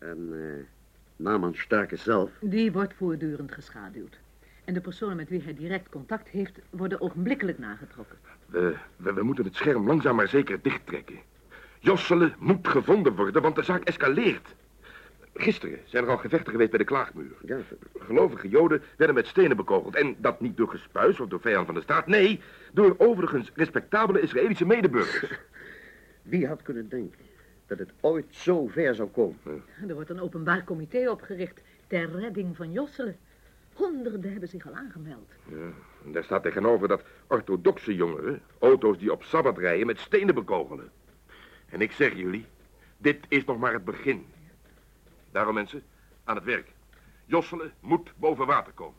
En Naaman Sterke zelf? Die wordt voortdurend geschaduwd. En de personen met wie hij direct contact heeft, worden ogenblikkelijk nagetrokken. We moeten het scherm langzaam maar zeker dichttrekken. Josselen moet gevonden worden, want de zaak escaleert. Gisteren zijn er al gevechten geweest bij de Klaagmuur. Ja. Gelovige Joden werden met stenen bekogeld. En dat niet door gespuis of door vijand van de staat. Nee, door overigens respectabele Israëlische medeburgers. Wie had kunnen denken dat het ooit zo ver zou komen? Er wordt een openbaar comité opgericht ter redding van Josselen. Honderden hebben zich al aangemeld. Ja, en daar staat tegenover dat orthodoxe jongeren auto's die op Sabbat rijden met stenen bekogelen. En ik zeg jullie, dit is nog maar het begin. Daarom mensen, aan het werk. Josselen moet boven water komen.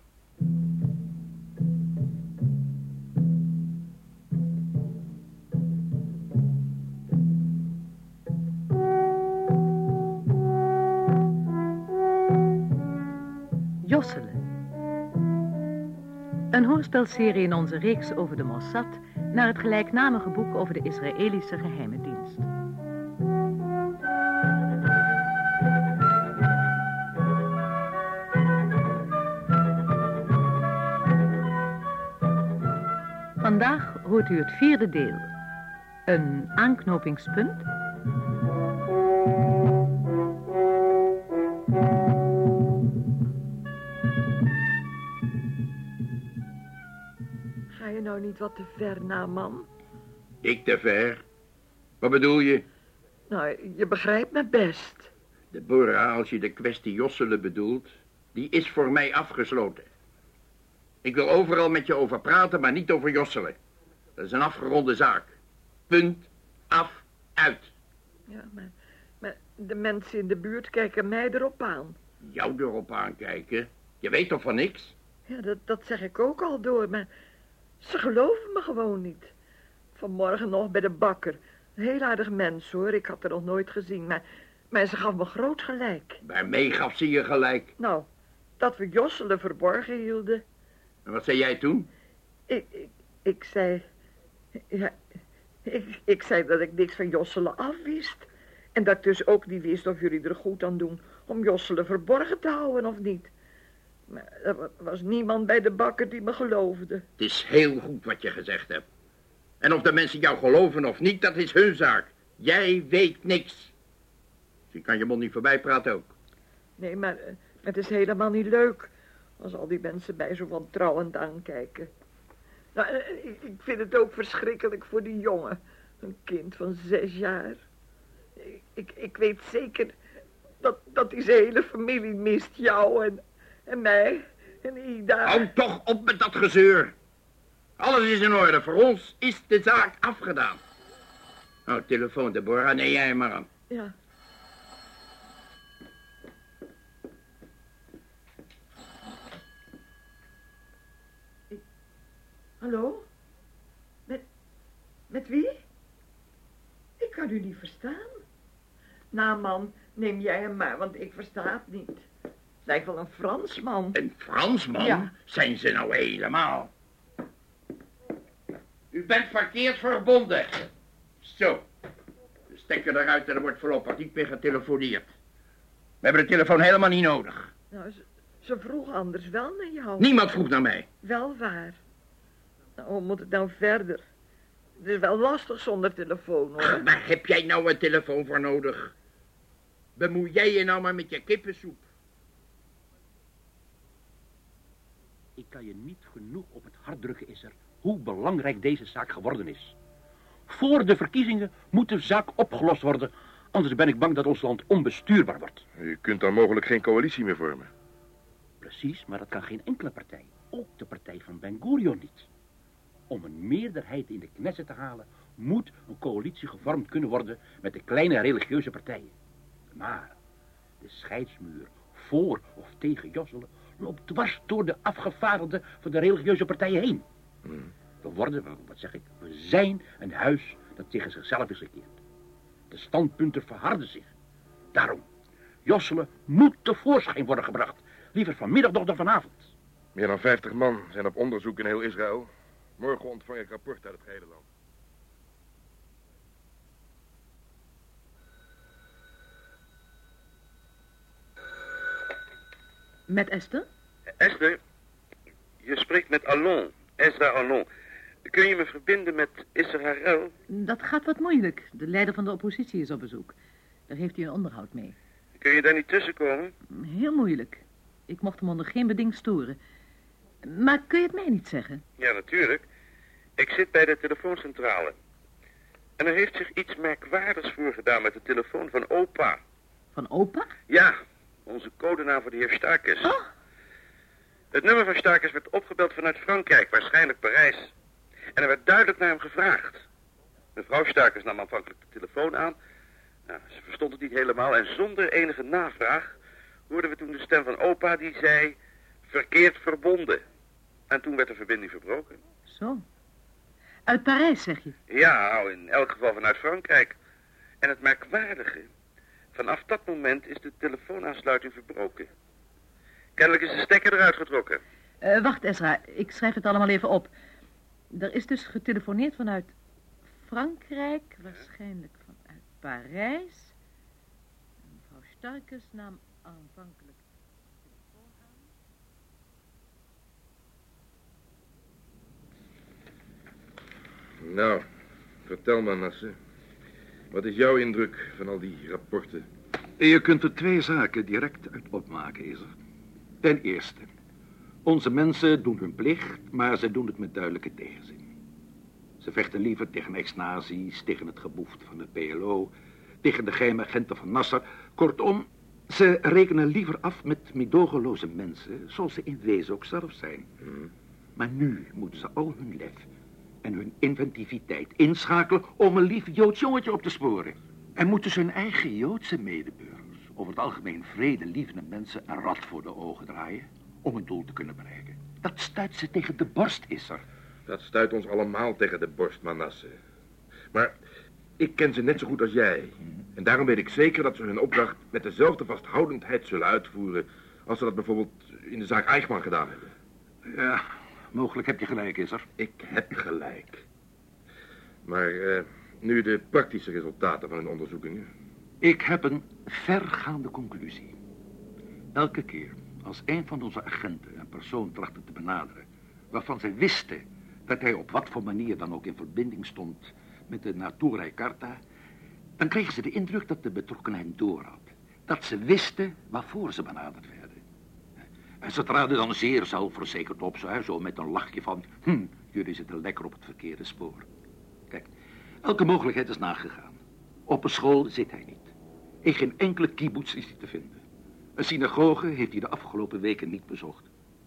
Josselen. Een hoorspelserie in onze reeks over de Mossad naar het gelijknamige boek over de Israëlische geheime dienst. Vandaag hoort u het 4e deel. Een aanknopingspunt. Ga je nou niet wat te ver, Naaman? Ik te ver? Wat bedoel je? Nou, je begrijpt me best. Deborah, als je de kwestie Josselen bedoelt, die is voor mij afgesloten. Ik wil overal met je over praten, maar niet over Josselen. Dat is een afgeronde zaak. Punt, af, uit. Ja, maar de mensen in de buurt kijken mij erop aan. Jou erop aankijken? Je weet toch van niks? Ja, dat zeg ik ook al door, maar ze geloven me gewoon niet. Vanmorgen nog bij de bakker. Een heel aardig mens, hoor. Ik had er nog nooit gezien, maar ze gaf me groot gelijk. Waarmee gaf ze je gelijk? Nou, dat we Josselen verborgen hielden. En wat zei jij toen? Ik zei... Ja, ik zei dat ik niks van Josselen afwist. En dat ik dus ook niet wist of jullie er goed aan doen om Josselen verborgen te houden of niet. Maar er was niemand bij de bakker die me geloofde. Het is heel goed wat je gezegd hebt. En of de mensen jou geloven of niet, dat is hun zaak. Jij weet niks. Dus je kan je mond niet voorbij praten ook. Nee, maar het is helemaal niet leuk als al die mensen mij zo wantrouwend aankijken. Nou, ik vind het ook verschrikkelijk voor die jongen. Een kind van 6 jaar. Ik weet zeker dat hij zijn hele familie mist. Jou en mij en Ida. Hou toch op met dat gezeur. Alles is in orde. Voor ons is de zaak afgedaan. Nou, telefoon, Deborah. Nee, jij maar aan. Ja. Hallo? Met wie? Ik kan u niet verstaan. Nou, man, neem jij hem maar, want ik versta het niet. Het lijkt wel een Fransman. Een Fransman? Ja. Zijn ze nou helemaal? U bent verkeerd verbonden. Zo. De stekker eruit en er wordt voorlopig niet meer getelefoneerd. We hebben de telefoon helemaal niet nodig. Nou, ze vroeg anders wel naar jou. Niemand vroeg naar mij. Wel waar. Nou, hoe moet het nou verder? Het is wel lastig zonder telefoon, hoor. Waar heb jij nou een telefoon voor nodig? Bemoei jij je nou maar met je kippensoep. Ik kan je niet genoeg op het hart drukken, Isser, hoe belangrijk deze zaak geworden is. Voor de verkiezingen moet de zaak opgelost worden, anders ben ik bang dat ons land onbestuurbaar wordt. U kunt dan mogelijk geen coalitie meer vormen. Precies, maar dat kan geen enkele partij. Ook de partij van Ben-Gurion niet. Om een meerderheid in de Knesset te halen, moet een coalitie gevormd kunnen worden met de kleine religieuze partijen. Maar de scheidsmuur voor of tegen Josselen loopt dwars door de afgevaardigden van de religieuze partijen heen. We zijn een huis dat tegen zichzelf is gekeerd. De standpunten verharden zich. Daarom, Josselen moet tevoorschijn worden gebracht. Liever vanmiddag nog dan vanavond. Meer dan 50 man zijn op onderzoek in heel Israël. Morgen ontvang ik rapport uit het gehele land. Met Esther? Esther, je spreekt met Allon, Ezra Allon. Kun je me verbinden met Isser Harel? Dat gaat wat moeilijk. De leider van de oppositie is op bezoek. Daar heeft hij een onderhoud mee. Kun je daar niet tussenkomen? Heel moeilijk. Ik mocht hem onder geen beding storen. Maar kun je het mij niet zeggen? Ja, natuurlijk. Ik zit bij de telefooncentrale. En er heeft zich iets merkwaardigs voorgedaan met de telefoon van opa. Van opa? Ja, onze codenaam voor de heer Starkes. Oh. Het nummer van Starkes werd opgebeld vanuit Frankrijk, waarschijnlijk Parijs. En er werd duidelijk naar hem gevraagd. Mevrouw Starkes nam aanvankelijk de telefoon aan. Nou, ze verstond het niet helemaal en zonder enige navraag hoorden we toen de stem van opa die zei... verkeerd verbonden. En toen werd de verbinding verbroken. Zo. Uit Parijs, zeg je? Ja, nou, in elk geval vanuit Frankrijk. En het merkwaardige... vanaf dat moment is de telefoonaansluiting verbroken. Kennelijk is de stekker eruit getrokken. Wacht, Ezra. Ik schrijf het allemaal even op. Er is dus getelefoneerd vanuit Frankrijk, waarschijnlijk vanuit Parijs. Mevrouw Starkes nam aanvankelijk de telefoon aan. Nou, vertel maar, Nasse. Wat is jouw indruk van al die rapporten? Je kunt er 2 zaken direct uit opmaken, Iser. Ten eerste, onze mensen doen hun plicht, maar ze doen het met duidelijke tegenzin. Ze vechten liever tegen ex-nazi's, tegen het geboefte van de PLO, tegen de geheime agenten van Nasser. Kortom, ze rekenen liever af met meedogenloze mensen, zoals ze in wezen ook zelf zijn. Maar nu moeten ze al hun lef en hun inventiviteit inschakelen om een lief Joods jongetje op te sporen. En moeten ze hun eigen Joodse medeburgers, over het algemeen vredelievende mensen, een rad voor de ogen draaien om een doel te kunnen bereiken. Dat stuit ze tegen de borst, Isser. Dat stuit ons allemaal tegen de borst, Manasse. Maar ik ken ze net zo goed als jij. En daarom weet ik zeker dat ze hun opdracht met dezelfde vasthoudendheid zullen uitvoeren als ze dat bijvoorbeeld in de zaak Eichmann gedaan hebben. Ja, mogelijk heb je gelijk, Isser. Ik heb gelijk. Maar nu de praktische resultaten van hun onderzoekingen. Ik heb een vergaande conclusie. Elke keer als een van onze agenten een persoon trachtte te benaderen, waarvan zij wisten dat hij op wat voor manier dan ook in verbinding stond met de Natura Carta, dan kregen ze de indruk dat de betrokkenen hem doorhad. Dat ze wisten waarvoor ze benaderd werden. En ze traden dan zeer zelfverzekerd op, zo met een lachje van, jullie zitten lekker op het verkeerde spoor. Kijk, elke mogelijkheid is nagegaan. Op een school zit hij niet. In geen enkele kibbutz is hij te vinden. Een synagoge heeft hij de afgelopen weken niet bezocht.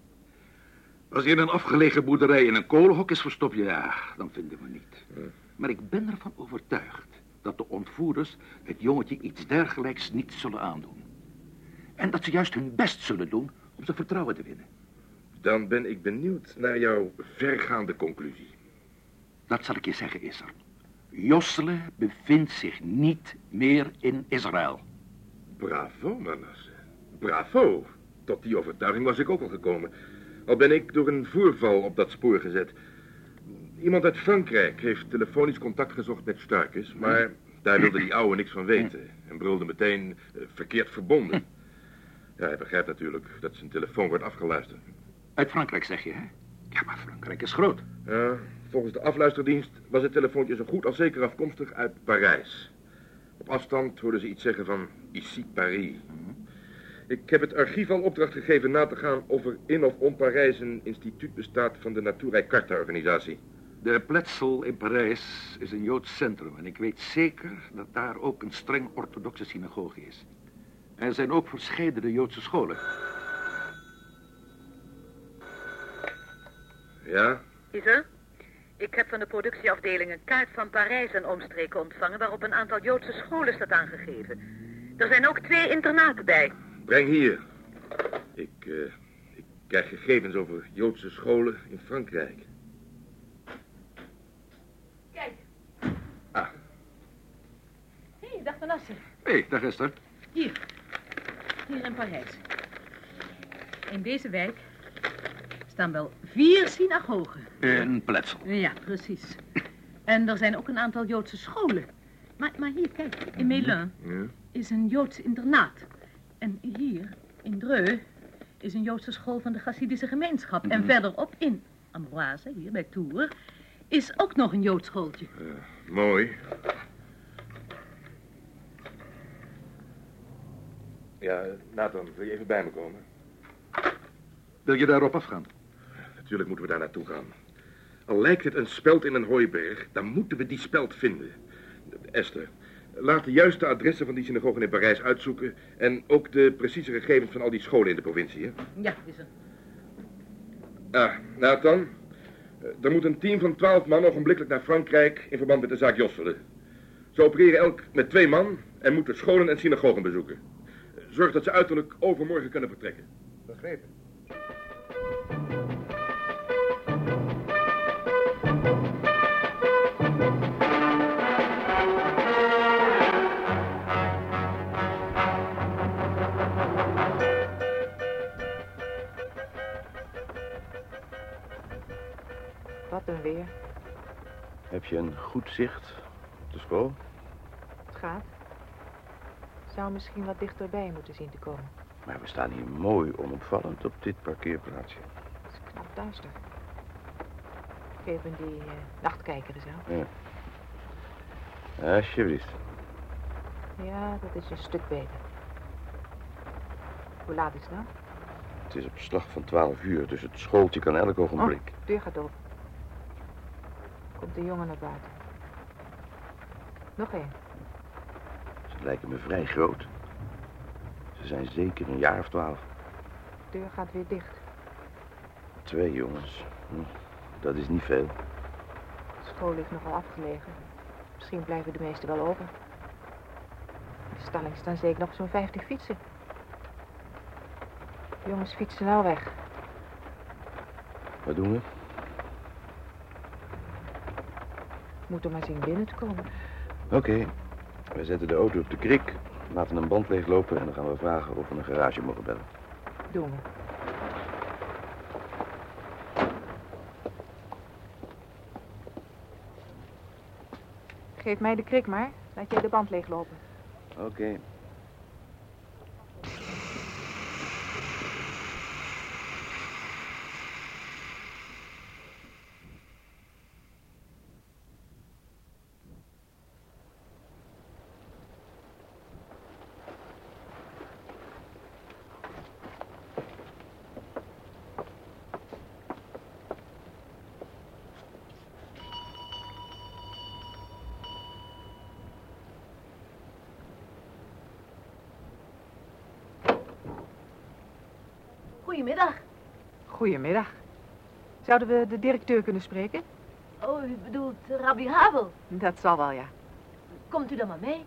Als hij in een afgelegen boerderij in een kolenhok is verstopt, ja, dan vinden we niet. Maar ik ben ervan overtuigd dat de ontvoerders het jongetje iets dergelijks niet zullen aandoen. En dat ze juist hun best zullen doen om zijn vertrouwen te winnen. Dan ben ik benieuwd naar jouw vergaande conclusie. Dat zal ik je zeggen, Isser. Jossele bevindt zich niet meer in Israël. Bravo, Manasse. Bravo. Tot die overtuiging was ik ook al gekomen. Al ben ik door een voorval op dat spoor gezet. Iemand uit Frankrijk heeft telefonisch contact gezocht met Starkes, maar daar wilde die ouwe niks van weten. En brulde meteen verkeerd verbonden. Ja, hij begrijpt natuurlijk dat zijn telefoon wordt afgeluisterd. Uit Frankrijk, zeg je, hè? Ja, maar Frankrijk is groot. Ja, volgens de afluisterdienst was het telefoontje zo goed als zeker afkomstig uit Parijs. Op afstand hoorden ze iets zeggen van ici Paris. Ik heb het archief al opdracht gegeven na te gaan of er in of om Parijs een instituut bestaat van de Natura Carta-organisatie. De Pletzel in Parijs is een Joods centrum en ik weet zeker dat daar ook een streng orthodoxe synagoge is. Er zijn ook verscheidene Joodse scholen. Ja? Iser, ik heb van de productieafdeling een kaart van Parijs en omstreken ontvangen waarop een aantal Joodse scholen staat aangegeven. Er zijn ook 2 internaten bij. Breng hier. Ik krijg gegevens over Joodse scholen in Frankrijk. Kijk. Ah. Hé, dag Manasse. Hé, dag Esther. Hier in Parijs. In deze wijk staan wel 4 synagogen. In Pletzel. Ja, precies. En er zijn ook een aantal Joodse scholen. Maar hier, kijk, in Melun is een Joods internaat. En hier, in Dreux, is een Joodse school van de Chassidische gemeenschap. En verderop in Ambroise, hier bij Tours, is ook nog een Joods schooltje. Mooi. Ja, Nathan, wil je even bij me komen? Wil je daarop afgaan? Natuurlijk moeten we daar naartoe gaan. Al lijkt het een speld in een hooiberg, dan moeten we die speld vinden. Esther, laat de juiste adressen van die synagogen in Parijs uitzoeken... en ook de precieze gegevens van al die scholen in de provincie, hè? Ja, is er. Ah, Nathan. Er moet een team van 12 man ogenblikkelijk naar Frankrijk... in verband met de zaak Josselen. Ze opereren elk met 2 man... en moeten scholen en synagogen bezoeken. Zorg dat ze uiterlijk overmorgen kunnen vertrekken. Begrepen. Wat een weer. Heb je een goed zicht op de school? Het gaat. Zou misschien wat dichterbij moeten zien te komen. Maar we staan hier mooi onopvallend op dit parkeerplaatsje. Het is knap duister. Geef me die nachtkijker eens aan. Ja. Alsjeblieft. Ja, dat is een stuk beter. Hoe laat is het nou? Het is op slag van 12 uur, dus het schooltje kan elk ogenblik. Oh, de deur gaat open. Komt de jongen naar buiten. Nog één. Ze lijken me vrij groot. Ze zijn zeker een jaar of 12. De deur gaat weer dicht. 2 jongens. Dat is niet veel. De school ligt nogal afgelegen. Misschien blijven de meesten wel over. In de stalling staan zeker nog zo'n 50 fietsen. De jongens fietsen nou weg. Wat doen we? Moeten maar zien binnen te komen. Oké. We zetten de auto op de krik, laten een band leeglopen en dan gaan we vragen of we een garage mogen bellen. Doen we. Geef mij de krik maar. Laat jij de band leeglopen. Oké. Goedemiddag. Goedemiddag. Zouden we de directeur kunnen spreken? Oh, u bedoelt Rabbi Havel. Dat zal wel, ja. Komt u dan maar mee?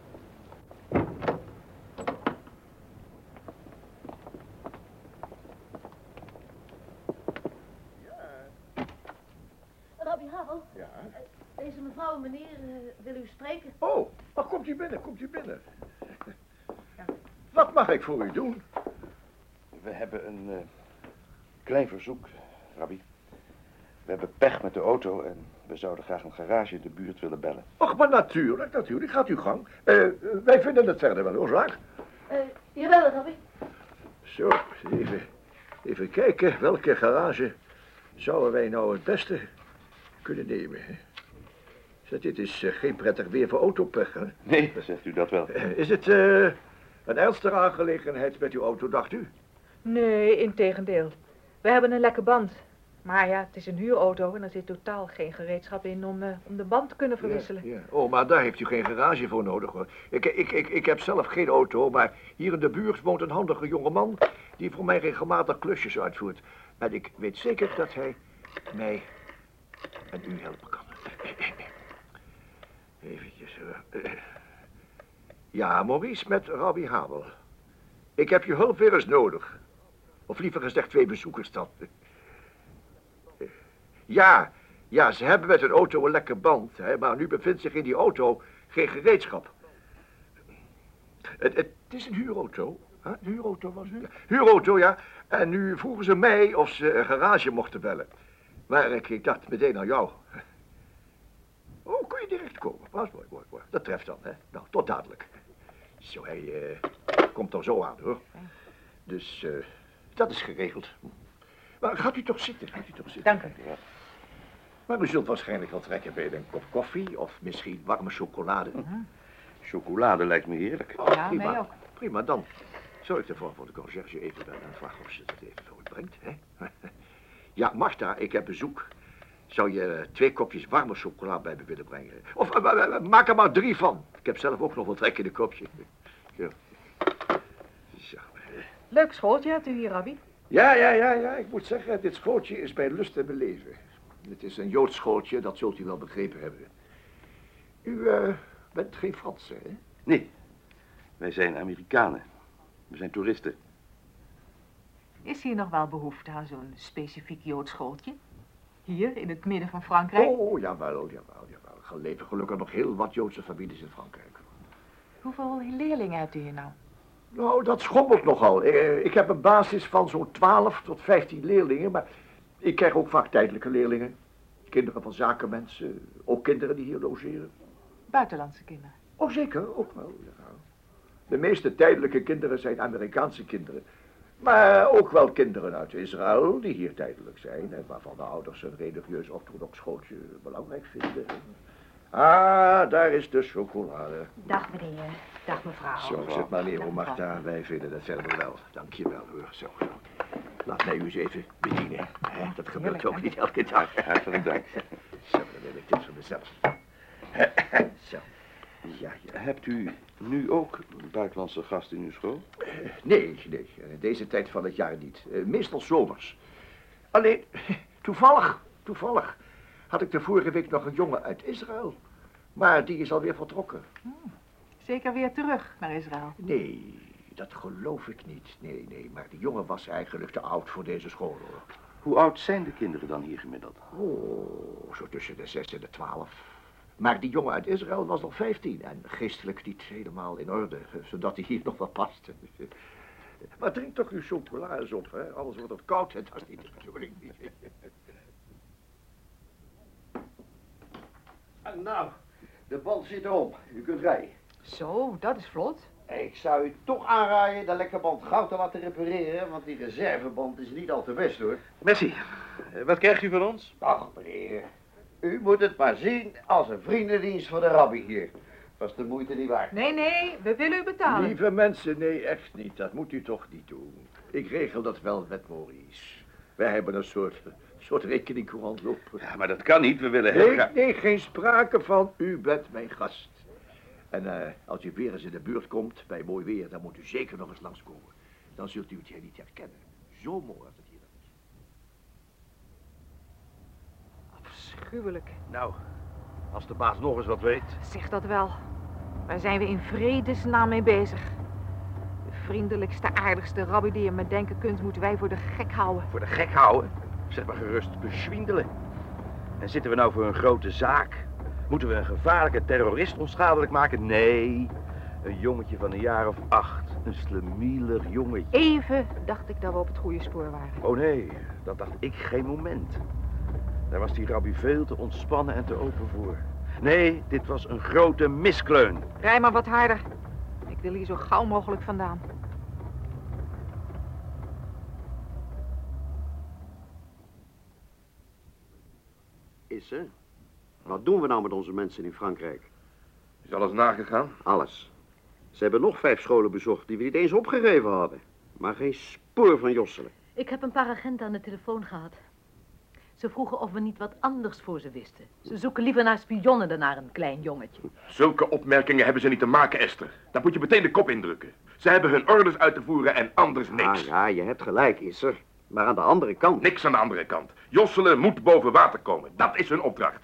Rabbi Havel? Ja? Deze mevrouw en meneer wil u spreken. Oh, komt u binnen, komt u binnen. Wat mag ik voor u doen? We hebben een klein verzoek, Rabbi. We hebben pech met de auto en we zouden graag een garage in de buurt willen bellen. Och, maar natuurlijk, natuurlijk. Gaat uw gang. Wij vinden het verder wel, hoor, zaak. Jawel, Rabbi. Zo, even kijken. Welke garage zouden wij nou het beste kunnen nemen? Hè? Zeg, dit is geen prettig weer voor autopech, hè? Nee, zegt u dat wel. Is het een ernstige aangelegenheid met uw auto, dacht u? Nee, integendeel. We hebben een lekke band. Maar ja, het is een huurauto en er zit totaal geen gereedschap in om de band te kunnen verwisselen. Ja. Oh, maar daar heeft u geen garage voor nodig, hoor. Ik heb zelf geen auto, maar hier in de buurt woont een handige jongeman die voor mij regelmatig klusjes uitvoert. En ik weet zeker dat hij mij en u helpen kan. Eventjes, ja, Maurice met Rabbi Havel. Ik heb je hulp weer eens nodig. Of liever gezegd 2 bezoekers dan. Ja, ze hebben met hun auto een lekke band, hè, maar nu bevindt zich in die auto geen gereedschap. Het is een huurauto. Huh? Een huurauto was het? Huurauto, ja. En nu vroegen ze mij of ze een garage mochten bellen. Maar ik dacht meteen aan jou. Oh, kon je direct komen? Was mooi. Dat treft dan, hè. Nou, tot dadelijk. Zo, hij komt er zo aan, hoor. Dus, dat is geregeld. Maar gaat u toch zitten, Dank u. Ja. Maar u zult waarschijnlijk wel trekken bij een kop koffie of misschien warme chocolade. Chocolade lijkt me heerlijk. Oh, Ja, mij ook. Prima, dan zal ik de vrouw van de conciërge even bellen en vragen of ze het even voor u brengt. Hè? Ja, Marta, ik heb bezoek. Zou je 2 kopjes warme chocola bij me willen brengen? Of maak er maar 3 van. Ik heb zelf ook nog wat trek in een kopje. Zo. Zo. Leuk schooltje hebt u hier, Rabbi. Ja. Ik moet zeggen, dit schooltje is bij lust en beleven. Het is een Joods schooltje, dat zult u wel begrepen hebben. U bent geen Franse, hè? Nee, wij zijn Amerikanen. We zijn toeristen. Is hier nog wel behoefte aan zo'n specifiek Joods schooltje? Hier, in het midden van Frankrijk? Oh, jawel. Er leven gelukkig nog heel wat Joodse families in Frankrijk. Hoeveel leerlingen hebt u hier nou? Nou, dat schommelt nogal. Ik heb een basis van zo'n 12 tot 15 leerlingen, maar ik krijg ook vaak tijdelijke leerlingen. Kinderen van zakenmensen, ook kinderen die hier logeren. Buitenlandse kinderen? Oh, zeker, ook wel. Ja. De meeste tijdelijke kinderen zijn Amerikaanse kinderen. Maar ook wel kinderen uit Israël die hier tijdelijk zijn en waarvan de ouders een religieus orthodox schooltje belangrijk vinden. Ah, daar is de chocolade. Dag meneer, dag mevrouw. Zo, zet maar neer, hoor, Marta. Wij vinden het verder wel. Dank je wel, hoor. Zo. Laat mij u eens even bedienen. Hè? Dat gebeurt ook niet elke dag. Hartelijk dank. Zo, dan wil ik dit voor mezelf. Zo. Ja. Hebt u nu ook buitenlandse gasten in uw school? Nee. Deze tijd van het jaar niet. Meestal zomers. Alleen, toevallig had ik de vorige week nog een jongen uit Israël. Maar die is alweer vertrokken. Zeker weer terug naar Israël? Nee, dat geloof ik niet. Nee. Maar die jongen was eigenlijk te oud voor deze school, hoor. Hoe oud zijn de kinderen dan hier gemiddeld? Oh, zo tussen de 6 en de 12. Maar die jongen uit Israël was nog 15 en geestelijk niet helemaal in orde, zodat hij hier nog wel paste. Maar drink toch uw chocola eens op, hè? Anders wordt het koud en dat is niet de bedoeling. Nou, de band zit erom. U kunt rijden. Zo, dat is vlot. Ik zou u toch aanraaien de lekke band gauw te laten repareren, want die reserveband is niet al te best, hoor. Merci. Wat krijgt u van ons? Ach, meneer. U moet het maar zien als een vriendendienst voor de rabbi hier. Was de moeite niet waard. Nee, we willen u betalen. Lieve mensen, nee, echt niet. Dat moet u toch niet doen. Ik regel dat wel met Maurice. Wij hebben een soort rekeningcourant lopen. Ja, maar dat kan niet. We willen heel graag... Nee, geen sprake van. U bent mijn gast. En als u weer eens in de buurt komt, bij mooi weer, dan moet u zeker nog eens langskomen. Dan zult u het hier niet herkennen. Zo mooi als het hier is. Afschuwelijk. Nou, als de baas nog eens wat weet. Zeg dat wel. Waar zijn we in vredesnaam mee bezig? De vriendelijkste, aardigste rabbi die je me denken kunt, moeten wij voor de gek houden. Voor de gek houden? Zeg maar gerust beschwindelen. En zitten we nou voor een grote zaak? Moeten we een gevaarlijke terrorist onschadelijk maken? Nee, een jongetje van een jaar of 8. Een slemielig jongetje. Even dacht ik dat we op het goede spoor waren. Oh nee, dat dacht ik geen moment. Daar was die rabbi veel te ontspannen en te open voor. Nee, dit was een grote miskleun. Rij maar wat harder. Ik wil hier zo gauw mogelijk vandaan. Is er? Wat doen we nou met onze mensen in Frankrijk? Is alles nagegaan? Alles. Ze hebben nog 5 scholen bezocht die we niet eens opgegeven hadden. Maar geen spoor van Josselen. Ik heb een paar agenten aan de telefoon gehad. Ze vroegen of we niet wat anders voor ze wisten. Ze zoeken liever naar spionnen dan naar een klein jongetje. Zulke opmerkingen hebben ze niet te maken, Esther. Daar moet je meteen de kop indrukken. Ze hebben hun orders uit te voeren en anders niks. Ah ja, je hebt gelijk, is er. Maar aan de andere kant... Niks aan de andere kant. Josselen moet boven water komen. Dat is hun opdracht.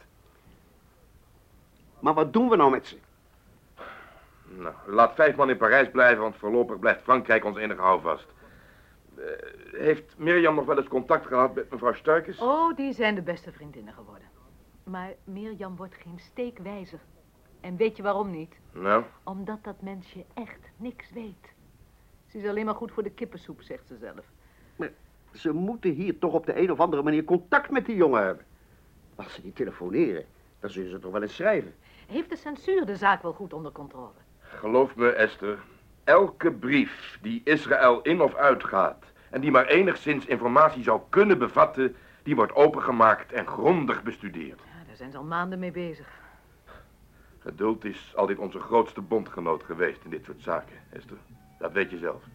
Maar wat doen we nou met ze? Nou, laat 5 man in Parijs blijven, want voorlopig blijft Frankrijk ons enige houvast. Heeft Mirjam nog wel eens contact gehad met mevrouw Starkes? Oh, die zijn de beste vriendinnen geworden. Maar Mirjam wordt geen steek wijzer. En weet je waarom niet? Nou? Omdat dat mensje echt niks weet. Ze is alleen maar goed voor de kippensoep, zegt ze zelf. Maar ze moeten hier toch op de een of andere manier contact met die jongen hebben. Als ze niet telefoneren, dan zullen ze toch wel eens schrijven. Heeft de censuur de zaak wel goed onder controle? Geloof me, Esther. Elke brief die Israël in of uitgaat en die maar enigszins informatie zou kunnen bevatten, die wordt opengemaakt en grondig bestudeerd. Ja, daar zijn ze al maanden mee bezig. Geduld is altijd onze grootste bondgenoot geweest in dit soort zaken, Esther. Dat weet je zelf.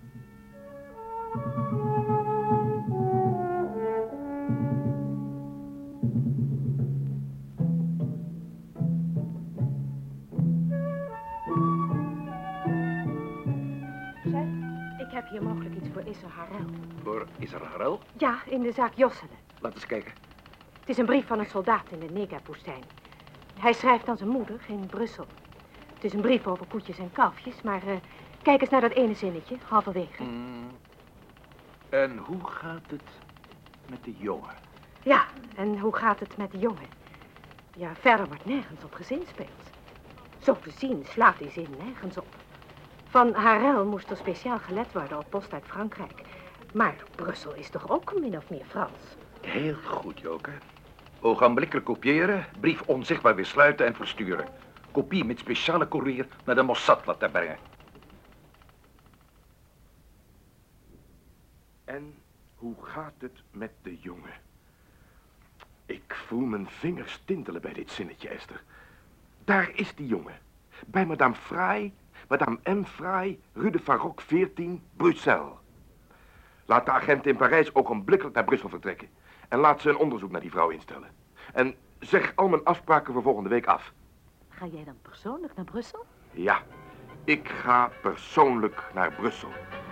Ik heb hier mogelijk iets voor Isser Harel. Voor Isser Harel? Ja, in de zaak Josselen. Laat eens kijken. Het is een brief van een soldaat in de Negerwoestijn. Hij schrijft aan zijn moeder in Brussel. Het is een brief over koetjes en kalfjes, maar kijk eens naar dat ene zinnetje, halverwege. En hoe gaat het met de jongen? Ja, en hoe gaat het met de jongen? Ja, verder wordt nergens op gezinspeeld. Zo te zien slaat die zin nergens op. Van Harel moest er speciaal gelet worden op post uit Frankrijk. Maar Brussel is toch ook min of meer Frans? Heel goed, Joke. Ogenblikkelijk kopiëren, brief onzichtbaar weer sluiten en versturen. Kopie met speciale courier naar de Mossad laten brengen. En hoe gaat het met de jongen? Ik voel mijn vingers tintelen bij dit zinnetje, Esther. Daar is die jongen. Bij Madame Frey, Madame M. Frey, Rue de Faroc 14, Bruxelles. Laat de agent in Parijs ogenblikkelijk naar Brussel vertrekken. En laat ze een onderzoek naar die vrouw instellen. En zeg al mijn afspraken voor volgende week af. Ga jij dan persoonlijk naar Brussel? Ja, ik ga persoonlijk naar Brussel.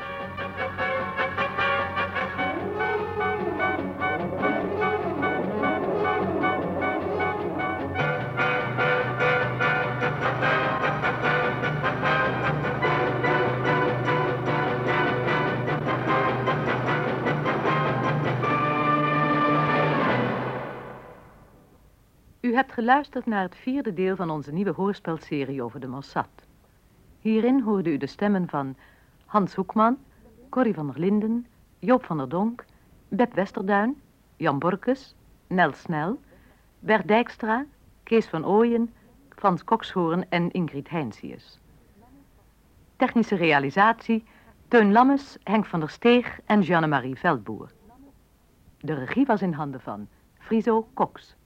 U hebt geluisterd naar het 4e deel van onze nieuwe hoorspelserie over de Mossad. Hierin hoorde u de stemmen van Hans Hoekman, Corrie van der Linden, Joop van der Donk, Beb Westerduin, Jan Borkes, Nel Snel, Bert Dijkstra, Kees van Ooyen, Frans Kokshoorn en Ingrid Heinsius. Technische realisatie, Teun Lammes, Henk van der Steeg en Jeanne-Marie Veldboer. De regie was in handen van Friso Cox.